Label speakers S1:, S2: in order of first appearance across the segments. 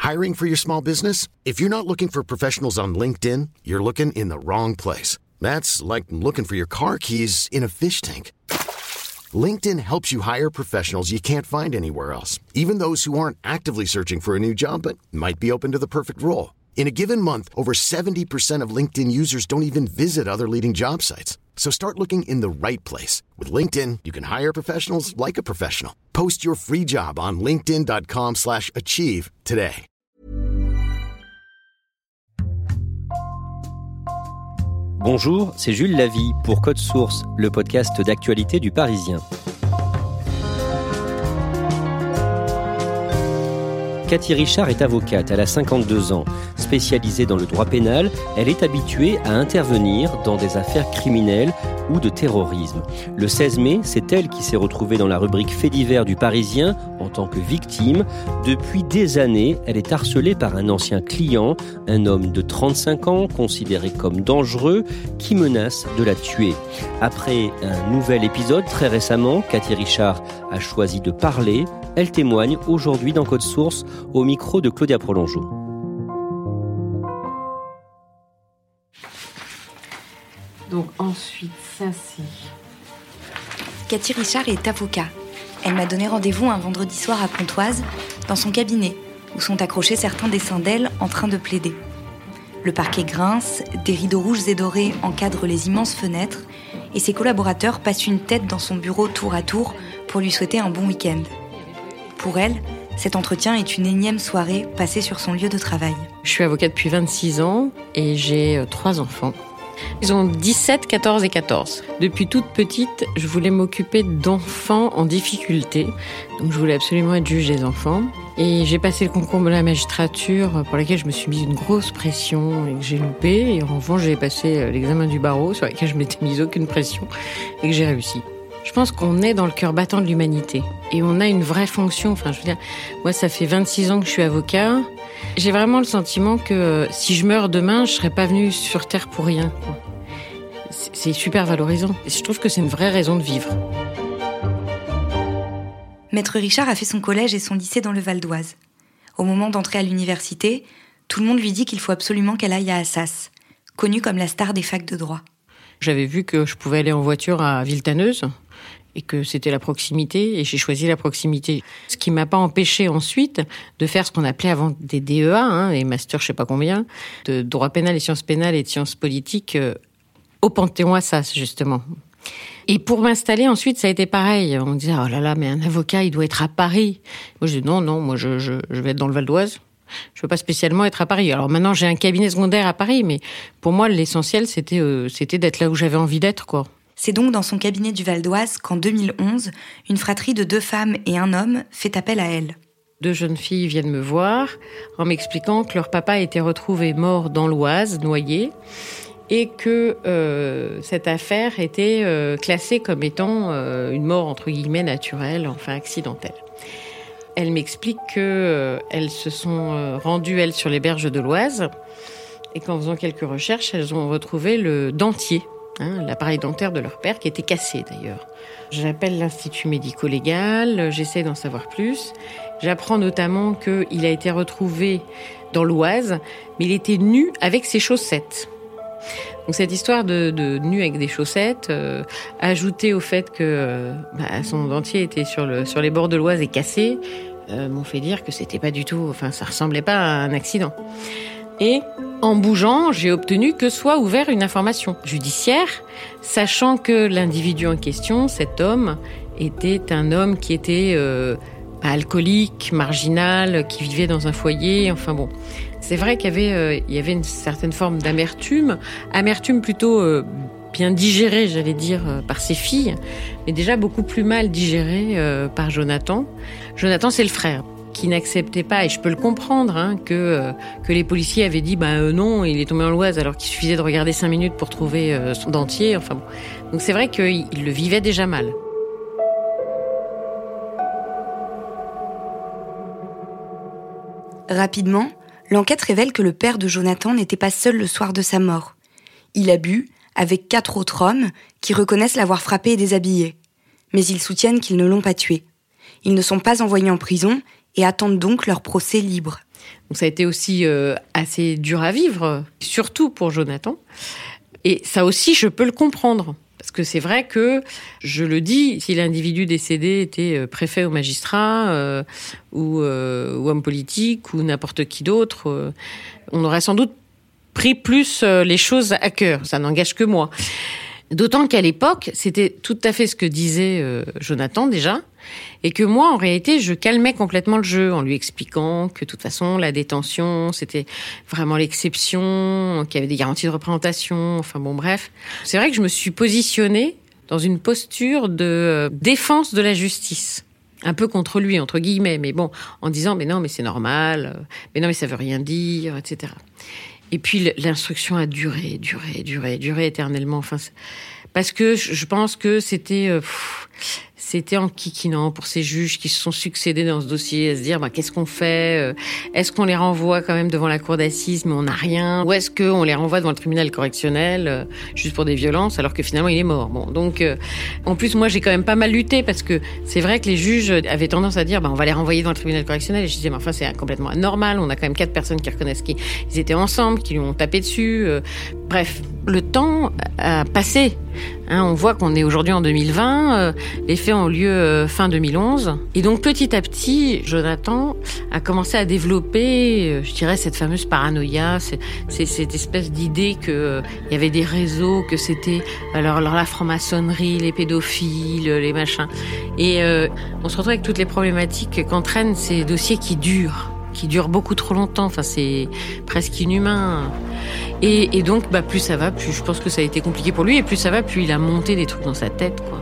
S1: Hiring for your small business? If you're not looking for professionals on LinkedIn, you're looking in the wrong place. That's like looking for your car keys in a fish tank. LinkedIn helps you hire professionals you can't find anywhere else, even those who aren't actively searching for a new job but might be open to the perfect role. In a given month, over 70% of LinkedIn users don't even visit other leading job sites. So start looking in the right place. With LinkedIn, you can hire professionals like a professional. Post your free job on linkedin.com/achieve today.
S2: Bonjour, c'est Jules Lavie pour Code Source, le podcast d'actualité du Parisien. Cathy Richard est avocate, elle a 52 ans. Spécialisée dans le droit pénal, elle est habituée à intervenir dans des affaires criminelles ou de terrorisme. Le 16 mai, c'est elle qui s'est retrouvée dans la rubrique Faits divers du Parisien en tant que victime. Depuis des années, elle est harcelée par un ancien client, un homme de 35 ans, considéré comme dangereux, qui menace de la tuer. Après un nouvel épisode, très récemment, Cathy Richard a choisi de parler. Elle témoigne aujourd'hui dans Code Source au micro de Claudia Prolongeau.
S3: Donc ensuite, ça c'est...
S4: Cathy Richard est avocat. Elle m'a donné rendez-vous un vendredi soir à Pontoise, dans son cabinet, où sont accrochés certains dessins d'elle en train de plaider. Le parquet grince, des rideaux rouges et dorés encadrent les immenses fenêtres, et ses collaborateurs passent une tête dans son bureau tour à tour pour lui souhaiter un bon week-end. Pour elle, cet entretien est une énième soirée passée sur son lieu de travail.
S3: Je suis avocate depuis 26 ans et j'ai 3 enfants. Ils ont 17, 14 et 14. Depuis toute petite, je voulais m'occuper d'enfants en difficulté. Donc je voulais absolument être juge des enfants. Et j'ai passé le concours de la magistrature pour lequel je me suis mise une grosse pression et que j'ai loupé. Et en revanche, j'ai passé l'examen du barreau sur lequel je m'étais mise aucune pression et que j'ai réussi. Je pense qu'on est dans le cœur battant de l'humanité et on a une vraie fonction. Enfin, je veux dire, moi, ça fait 26 ans que je suis avocat. J'ai vraiment le sentiment que si je meurs demain, je serais pas venue sur Terre pour rien. C'est super valorisant. Je trouve que c'est une vraie raison de vivre.
S4: Maître Richard a fait son collège et son lycée dans le Val d'Oise. Au moment d'entrer à l'université, tout le monde lui dit qu'il faut absolument qu'elle aille à Assas, connue comme la star des facs de droit.
S3: J'avais vu que je pouvais aller en voiture à Villetaneuse et que c'était la proximité, et j'ai choisi la proximité. Ce qui m'a pas empêché ensuite de faire ce qu'on appelait avant des DEA, les masters je sais pas combien, de droit pénal et sciences pénales et de sciences politiques au Panthéon Assas, justement. Et pour m'installer ensuite, ça a été pareil. On me disait, oh là là, mais un avocat, il doit être à Paris. Moi, je dis, non, moi, je vais être dans le Val d'Oise. Je veux pas spécialement être à Paris. Alors maintenant, j'ai un cabinet secondaire à Paris, mais pour moi, l'essentiel, c'était d'être là où j'avais envie d'être, quoi.
S4: C'est donc dans son cabinet du Val d'Oise qu'en 2011, une fratrie de 2 femmes et un homme fait appel à elle.
S3: 2 jeunes filles viennent me voir en m'expliquant que leur papa était retrouvé mort dans l'Oise, noyé, et que cette affaire était classée comme étant une mort entre guillemets naturelle, enfin accidentelle. Elles m'expliquent qu'elles se sont rendues, elles, sur les berges de l'Oise, et qu'en faisant quelques recherches, elles ont retrouvé le dentier, l'appareil dentaire de leur père, qui était cassé d'ailleurs. J'appelle l'Institut médico-légal, j'essaie d'en savoir plus. J'apprends notamment qu'il a été retrouvé dans l'Oise, mais il était nu avec ses chaussettes. Donc cette histoire de nu avec des chaussettes, ajoutée au fait que son dentier était sur les bords de l'Oise et cassé, m'ont fait dire que c'était pas du tout, ça ressemblait pas à un accident. Et en bougeant, j'ai obtenu que soit ouvert une information judiciaire, sachant que l'individu en question, cet homme, était un homme qui était alcoolique, marginal, qui vivait dans un foyer, C'est vrai qu'il y avait une certaine forme d'amertume plutôt bien digérée, j'allais dire, par ses filles, mais déjà beaucoup plus mal digérée par Jonathan. Jonathan, c'est le frère qui n'acceptait pas, et je peux le comprendre, que les policiers avaient dit non, il est tombé en l'Oise alors qu'il suffisait de regarder 5 minutes pour trouver son dentier. Donc c'est vrai qu'il le vivait déjà mal.
S4: Rapidement, l'enquête révèle que le père de Jonathan n'était pas seul le soir de sa mort. Il a bu avec 4 autres hommes qui reconnaissent l'avoir frappé et déshabillé. Mais ils soutiennent qu'ils ne l'ont pas tué. Ils ne sont pas envoyés en prison et attendent donc leur procès libre.
S3: Donc ça a été aussi assez dur à vivre, surtout pour Jonathan. Et ça aussi, je peux le comprendre. Parce que c'est vrai que, je le dis, si l'individu décédé était préfet ou magistrat, ou homme politique, ou n'importe qui d'autre, on aurait sans doute pris plus les choses à cœur. Ça n'engage que moi. D'autant qu'à l'époque, c'était tout à fait ce que disait Jonathan déjà, et que moi, en réalité, je calmais complètement le jeu en lui expliquant que de toute façon, la détention, c'était vraiment l'exception, qu'il y avait des garanties de représentation, enfin bon, bref. C'est vrai que je me suis positionnée dans une posture de défense de la justice. Un peu contre lui, entre guillemets, mais bon, en disant, mais non, mais c'est normal, mais non, mais ça veut rien dire, etc. Et puis l'instruction a duré éternellement. Enfin, parce que je pense que c'était enquiquinant pour ces juges qui se sont succédés dans ce dossier, à se dire qu'est-ce qu'on fait ? Est-ce qu'on les renvoie quand même devant la cour d'assises, mais on n'a rien ? Ou est-ce qu'on les renvoie devant le tribunal correctionnel juste pour des violences, alors que finalement il est mort ? Bon, donc en plus moi j'ai quand même pas mal lutté parce que c'est vrai que les juges avaient tendance à dire on va les renvoyer devant le tribunal correctionnel. Et je disais mais enfin c'est complètement anormal. On a quand même 4 personnes qui reconnaissent qu'ils étaient ensemble, qui lui ont tapé dessus. Bref, le temps a passé. On voit qu'on est aujourd'hui en 2020, les faits ont lieu fin 2011. Et donc petit à petit, Jonathan a commencé à développer, je dirais, cette fameuse paranoïa, cette espèce d'idée qu'il y avait des réseaux, que c'était alors la franc-maçonnerie, les pédophiles, les machins. Et on se retrouve avec toutes les problématiques qu'entraînent ces dossiers qui durent beaucoup trop longtemps. Enfin, c'est presque inhumain. Et donc, plus ça va, plus je pense que ça a été compliqué pour lui, et plus ça va, plus il a monté des trucs dans sa tête, quoi.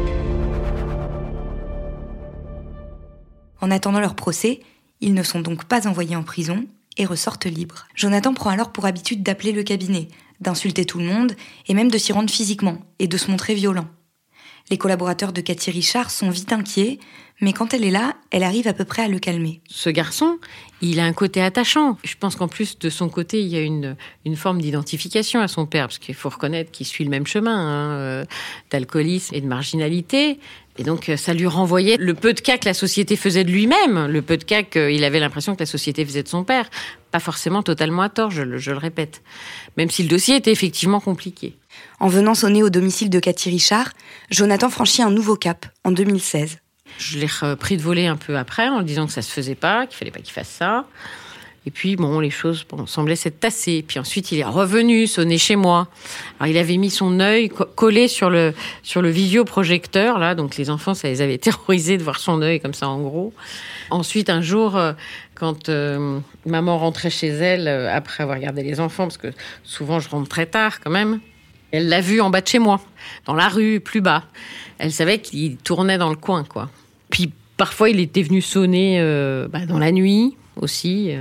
S4: En attendant leur procès, ils ne sont donc pas envoyés en prison et ressortent libres. Jonathan prend alors pour habitude d'appeler le cabinet, d'insulter tout le monde, et même de s'y rendre physiquement, et de se montrer violent. Les collaborateurs de Cathy Richard sont vite inquiets, mais quand elle est là, elle arrive à peu près à le calmer.
S3: Ce garçon, il a un côté attachant. Je pense qu'en plus, de son côté, il y a une forme d'identification à son père, parce qu'il faut reconnaître qu'il suit le même chemin, d'alcoolisme et de marginalité. Et donc, ça lui renvoyait le peu de cas que la société faisait de lui-même, le peu de cas qu'il avait l'impression que la société faisait de son père. Pas forcément totalement à tort, je le répète. Même si le dossier était effectivement compliqué.
S4: En venant sonner au domicile de Cathy Richard, Jonathan franchit un nouveau cap, en 2016.
S3: Je l'ai repris de voler un peu après, en disant que ça se faisait pas, qu'il fallait pas qu'il fasse ça. Et puis, les choses semblaient s'être tassées. Puis ensuite, il est revenu sonner chez moi. Alors, il avait mis son œil collé sur le visioprojecteur, là. Donc, les enfants, ça les avait terrorisés de voir son œil comme ça, en gros. Ensuite, un jour, quand maman rentrait chez elle, après avoir gardé les enfants, parce que souvent, je rentre très tard, quand même, elle l'a vu en bas de chez moi, dans la rue, plus bas. Elle savait qu'il tournait dans le coin, quoi. Puis, parfois, il était venu sonner dans la nuit, aussi,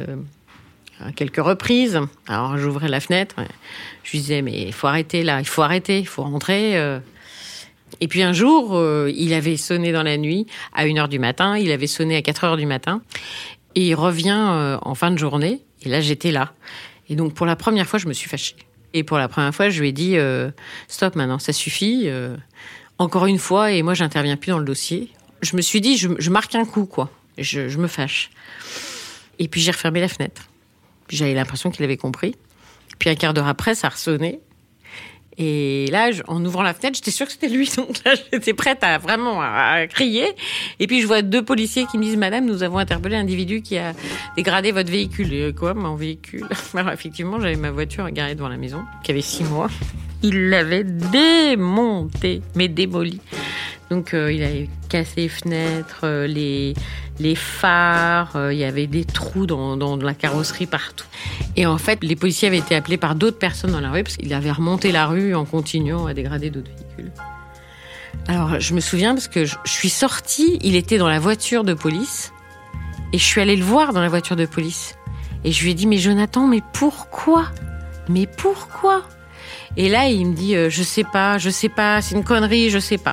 S3: à quelques reprises. Alors j'ouvrais la fenêtre, je lui disais mais il faut arrêter là, il faut rentrer. Et puis un jour, il avait sonné dans la nuit à 1h du matin, il avait sonné à 4h du matin, et il revient en fin de journée, et là j'étais là. Et donc pour la première fois, je me suis fâchée. Et pour la première fois, je lui ai dit stop maintenant, ça suffit, encore une fois, et moi j'interviens plus dans le dossier. Je me suis dit, je marque un coup, quoi. Je me fâche. Et puis j'ai refermé la fenêtre. J'avais l'impression qu'il avait compris. Puis un quart d'heure après, ça a ressonné. Et là, en ouvrant la fenêtre, j'étais sûre que c'était lui. Donc là, j'étais prête à crier. Et puis je vois 2 policiers qui me disent « Madame, nous avons interpellé un individu qui a dégradé votre véhicule. » Et quoi, mon véhicule ? Alors effectivement, j'avais ma voiture garée devant la maison, qui avait 6 mois. Il l'avait démontée, mais démolie. Donc il avait cassé les fenêtres, les phares, il y avait des trous dans la carrosserie partout. Et en fait, les policiers avaient été appelés par d'autres personnes dans la rue parce qu'il avait remonté la rue en continuant à dégrader d'autres véhicules. Alors je me souviens parce que je suis sortie, il était dans la voiture de police et je suis allée le voir dans la voiture de police. Et je lui ai dit « Mais Jonathan, mais pourquoi ? Mais pourquoi ?» Et là, il me dit « Je sais pas, c'est une connerie, je sais pas. »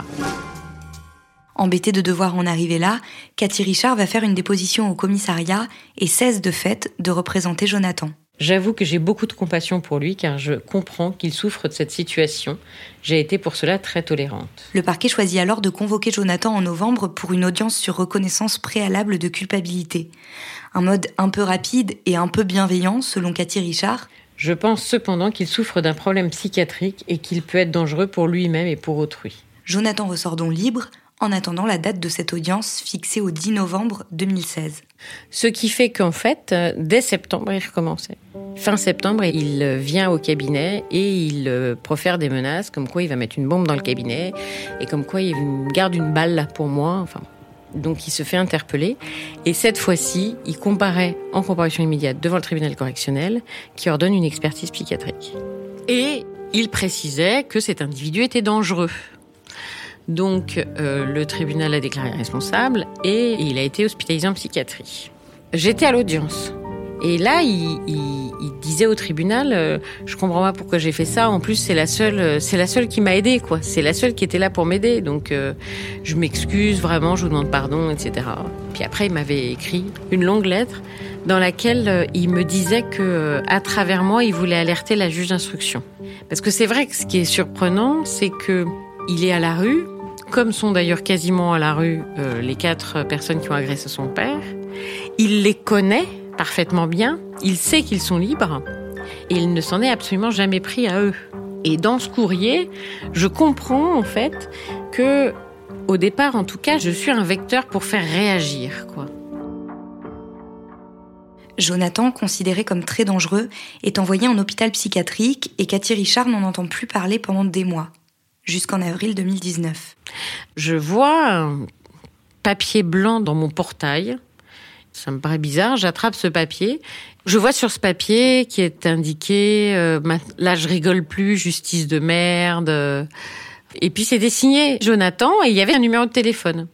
S4: Embêtée de devoir en arriver là, Cathy Richard va faire une déposition au commissariat et cesse de fait de représenter Jonathan.
S3: J'avoue que j'ai beaucoup de compassion pour lui car je comprends qu'il souffre de cette situation. J'ai été pour cela très tolérante.
S4: Le parquet choisit alors de convoquer Jonathan en novembre pour une audience sur reconnaissance préalable de culpabilité. Un mode un peu rapide et un peu bienveillant selon Cathy Richard.
S3: Je pense cependant qu'il souffre d'un problème psychiatrique et qu'il peut être dangereux pour lui-même et pour autrui.
S4: Jonathan ressort donc libre en attendant la date de cette audience fixée au 10 novembre 2016.
S3: Ce qui fait qu'en fait, dès septembre, il recommençait. Fin septembre, il vient au cabinet et il profère des menaces, comme quoi il va mettre une bombe dans le cabinet et comme quoi il garde une balle là pour moi. Enfin, donc il se fait interpeller. Et cette fois-ci, il comparaît en comparution immédiate devant le tribunal correctionnel qui ordonne une expertise psychiatrique. Et il précisait que cet individu était dangereux. Donc, le tribunal l'a déclaré responsable et il a été hospitalisé en psychiatrie. J'étais à l'audience. Et là, il disait au tribunal, je comprends pas pourquoi j'ai fait ça. En plus, c'est la seule qui m'a aidé, quoi. C'est la seule qui était là pour m'aider. Donc, je m'excuse vraiment, je vous demande pardon, etc. Puis après, il m'avait écrit une longue lettre dans laquelle il me disait que, à travers moi, il voulait alerter la juge d'instruction. Parce que c'est vrai que ce qui est surprenant, c'est que il est à la rue, comme sont d'ailleurs quasiment à la rue les 4 personnes qui ont agressé son père. Il les connaît parfaitement bien, il sait qu'ils sont libres et il ne s'en est absolument jamais pris à eux. Et dans ce courrier, je comprends en fait que, au départ en tout cas, je suis un vecteur pour faire réagir, quoi.
S4: Jonathan, considéré comme très dangereux, est envoyé en hôpital psychiatrique et Cathy Richard n'en entend plus parler pendant des mois. Jusqu'en avril 2019.
S3: Je vois un papier blanc dans mon portail. Ça me paraît bizarre. J'attrape ce papier. Je vois sur ce papier qui est indiqué là, je rigole plus, justice de merde. Et puis c'était signé Jonathan et il y avait un numéro de téléphone.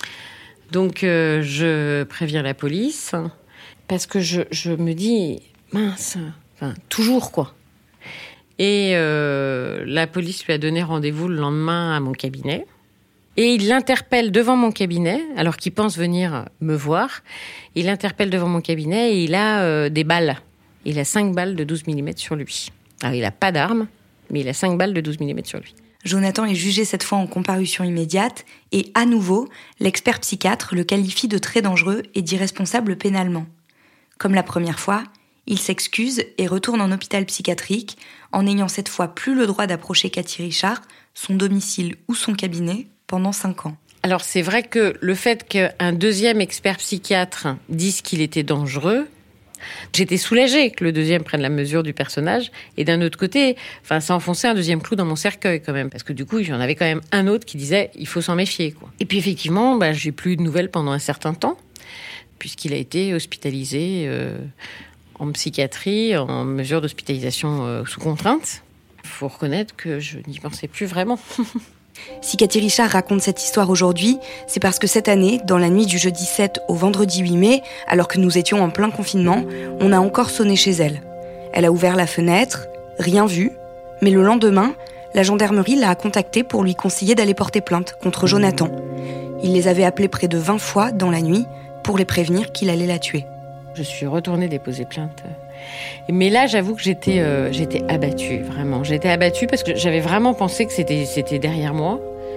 S3: Donc je préviens la police parce que je me dis mince, enfin toujours quoi. Et la police lui a donné rendez-vous le lendemain à mon cabinet. Et il l'interpelle devant mon cabinet, alors qu'il pense venir me voir. Il l'interpelle devant mon cabinet et il a des balles. Il a 5 balles de 12 mm sur lui. Alors il n'a pas d'arme, mais il a 5 balles de 12 mm sur lui.
S4: Jonathan est jugé cette fois en comparution immédiate et à nouveau, l'expert psychiatre le qualifie de très dangereux et d'irresponsable pénalement. Comme la première fois, il s'excuse et retourne en hôpital psychiatrique en n'ayant cette fois plus le droit d'approcher Cathy Richard, son domicile ou son cabinet pendant 5 ans.
S3: Alors c'est vrai que le fait qu'un deuxième expert psychiatre dise qu'il était dangereux, j'étais soulagée que le deuxième prenne la mesure du personnage et d'un autre côté, ça enfonçait un deuxième clou dans mon cercueil quand même parce que du coup, il y en avait quand même un autre qui disait il faut s'en méfier, quoi. Et puis effectivement, j'ai plus eu de nouvelles pendant un certain temps puisqu'il a été hospitalisé en psychiatrie, en mesure d'hospitalisation sous contrainte. Il faut reconnaître que je n'y pensais plus vraiment.
S4: Si Cathy Richard raconte cette histoire aujourd'hui, c'est parce que cette année, dans la nuit du jeudi 7 au vendredi 8 mai, alors que nous étions en plein confinement, on a encore sonné chez elle. Elle a ouvert la fenêtre, rien vu, mais le lendemain, la gendarmerie l'a contactée pour lui conseiller d'aller porter plainte contre Jonathan. Il les avait appelés près de 20 fois dans la nuit pour les prévenir qu'il allait la tuer.
S3: Je suis retournée déposer plainte. Mais là, j'avoue que j'étais abattue, vraiment. J'étais abattue parce que j'avais vraiment pensé que c'était derrière moi.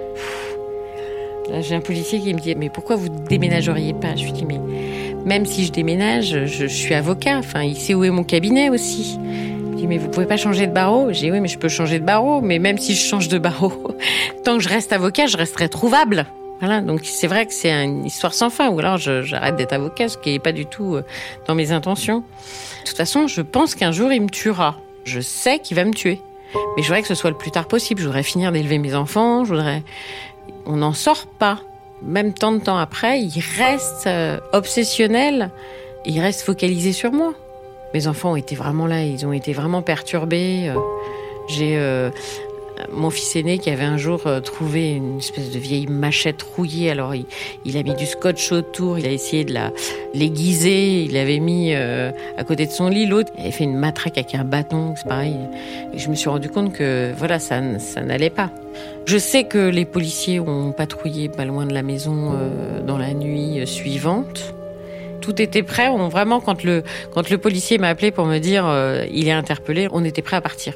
S3: Là, j'ai un policier qui me dit « Mais pourquoi vous ne déménageriez pas ?» Je lui dis « Mais même si je déménage, je suis avocat. Enfin, il sait où est mon cabinet aussi. » Il me dit « Mais vous ne pouvez pas changer de barreau ?» Je dis « Oui, mais je peux changer de barreau. Mais même si je change de barreau, tant que je reste avocat, je resterai trouvable. » Voilà, donc c'est vrai que c'est une histoire sans fin, ou alors j'arrête d'être avocat, ce qui n'est pas du tout dans mes intentions. De toute façon, je pense qu'un jour il me tuera. Je sais qu'il va me tuer, mais je voudrais que ce soit le plus tard possible. Je voudrais finir d'élever mes enfants, on n'en sort pas. Même tant de temps après, il reste obsessionnel, il reste focalisé sur moi. Mes enfants ont été vraiment là, ils ont été vraiment perturbés. J'ai mon fils aîné qui avait un jour trouvé une espèce de vieille machette rouillée. Alors il a mis du scotch autour, il a essayé de la l'aiguiser, il l'avait mis à côté de son lit. L'autre, il avait fait une matraque avec un bâton, c'est pareil. Et je me suis rendu compte que voilà, ça n'allait pas. Je sais que les policiers ont patrouillé pas loin de la maison dans la nuit suivante. Tout était prêt. Vraiment, quand le policier m'a appelé pour me dire il est interpellé, on était prêt à partir.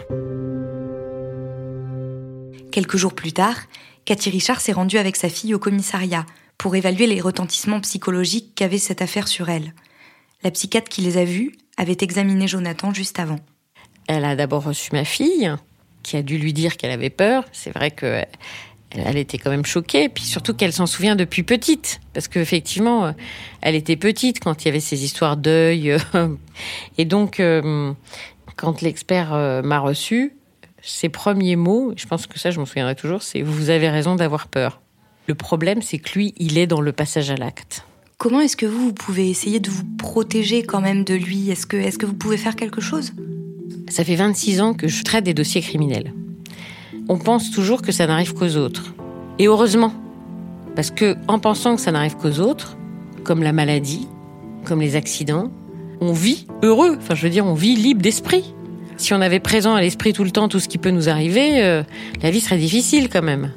S4: Quelques jours plus tard, Cathy Richard s'est rendue avec sa fille au commissariat pour évaluer les retentissements psychologiques qu'avait cette affaire sur elle. La psychiatre qui les a vus avait examiné Jonathan juste avant.
S3: Elle a d'abord reçu ma fille, qui a dû lui dire qu'elle avait peur. C'est vrai qu'elle était quand même choquée, puis surtout qu'elle s'en souvient depuis petite, parce qu'effectivement, elle était petite quand il y avait ces histoires d'œil. Et donc, quand l'expert m'a reçue, ses premiers mots, je pense que ça, je m'en souviendrai toujours, c'est « vous avez raison d'avoir peur ». Le problème, c'est que lui, il est dans le passage à l'acte.
S4: Comment est-ce que vous pouvez essayer de vous protéger quand même de lui ? Est-ce que vous pouvez faire quelque chose ?
S3: Ça fait 26 ans que je traite des dossiers criminels. On pense toujours que ça n'arrive qu'aux autres. Et heureusement, parce que en pensant que ça n'arrive qu'aux autres, comme la maladie, comme les accidents, on vit heureux. Enfin, je veux dire, on vit libre d'esprit. Si on avait présent à l'esprit tout le temps tout ce qui peut nous arriver, la vie serait difficile quand même.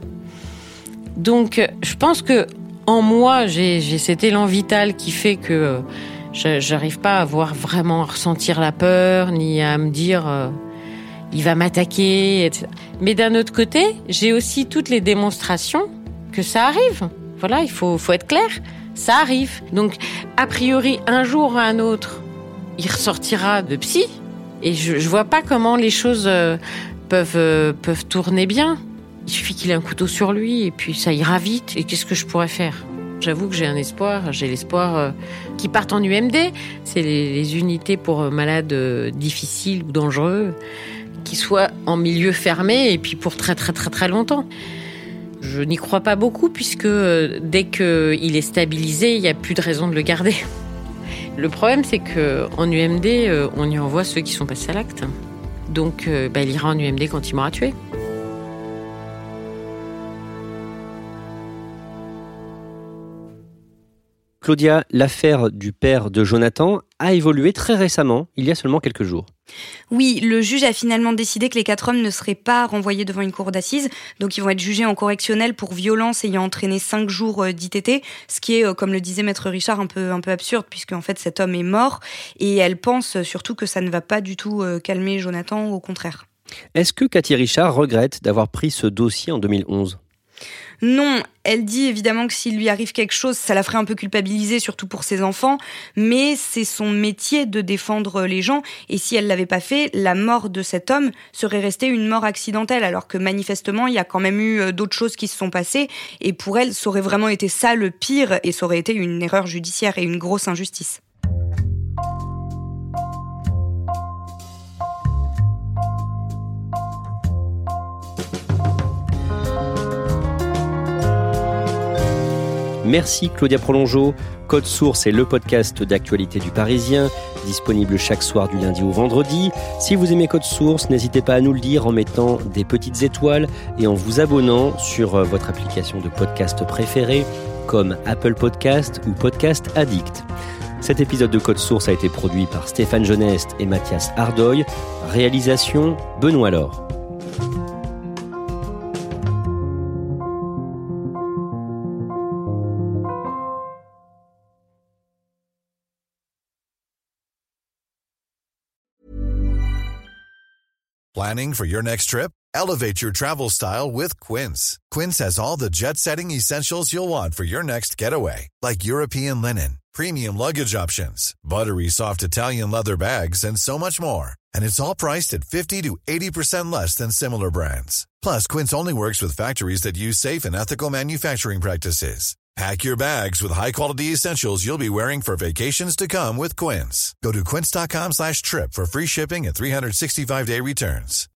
S3: Donc, je pense que en moi, j'ai cet élan vital qui fait que j'arrive pas à vraiment ressentir la peur, ni à me dire il va m'attaquer, etc. Mais d'un autre côté, j'ai aussi toutes les démonstrations que ça arrive. Voilà, il faut être clair, ça arrive. Donc, a priori, un jour ou un autre, il ressortira de psy. Et je vois pas comment les choses peuvent tourner bien. Il suffit qu'il ait un couteau sur lui et puis ça ira vite. Et qu'est-ce que je pourrais faire ? J'avoue que j'ai l'espoir qu'ils partent en UMD. C'est les unités pour malades difficiles ou dangereux, qui soient en milieu fermé et puis pour très très très très longtemps. Je n'y crois pas beaucoup puisque dès qu'il est stabilisé, il n'y a plus de raison de le garder. Le problème, c'est qu'en UMD, on y envoie ceux qui sont passés à l'acte. Donc, il ira en UMD quand il m'aura tué.
S2: Claudia, l'affaire du père de Jonathan a évolué très récemment, il y a seulement quelques jours.
S4: Oui, le juge a finalement décidé que les 4 hommes ne seraient pas renvoyés devant une cour d'assises, donc ils vont être jugés en correctionnel pour violence ayant entraîné 5 jours d'ITT, ce qui est, comme le disait Maître Richard, un peu absurde, puisque en fait cet homme est mort, et elle pense surtout que ça ne va pas du tout calmer Jonathan, au contraire.
S2: Est-ce que Cathy Richard regrette d'avoir pris ce dossier en 2011 ?
S4: Non, elle dit évidemment que s'il lui arrive quelque chose, ça la ferait un peu culpabiliser, surtout pour ses enfants, mais c'est son métier de défendre les gens, et si elle l'avait pas fait, la mort de cet homme serait restée une mort accidentelle, alors que manifestement, il y a quand même eu d'autres choses qui se sont passées, et pour elle, ça aurait vraiment été ça le pire, et ça aurait été une erreur judiciaire et une grosse injustice.
S2: Merci Claudia Prolongeau. Code Source est le podcast d'actualité du Parisien, disponible chaque soir du lundi au vendredi. Si vous aimez Code Source, n'hésitez pas à nous le dire en mettant des petites étoiles et en vous abonnant sur votre application de podcast préférée, comme Apple Podcast ou Podcast Addict. Cet épisode de Code Source a été produit par Stéphane Geneste et Mathias Ardoy. Réalisation, Benoît Laure.
S5: Planning for your next trip? Elevate your travel style with Quince. Quince has all the jet-setting essentials you'll want for your next getaway, like European linen, premium luggage options, buttery soft Italian leather bags, and so much more. And it's all priced at 50 to 80% less than similar brands. Plus, Quince only works with factories that use safe and ethical manufacturing practices. Pack your bags with high-quality essentials you'll be wearing for vacations to come with Quince. Go to quince.com/trip for free shipping and 365-day returns.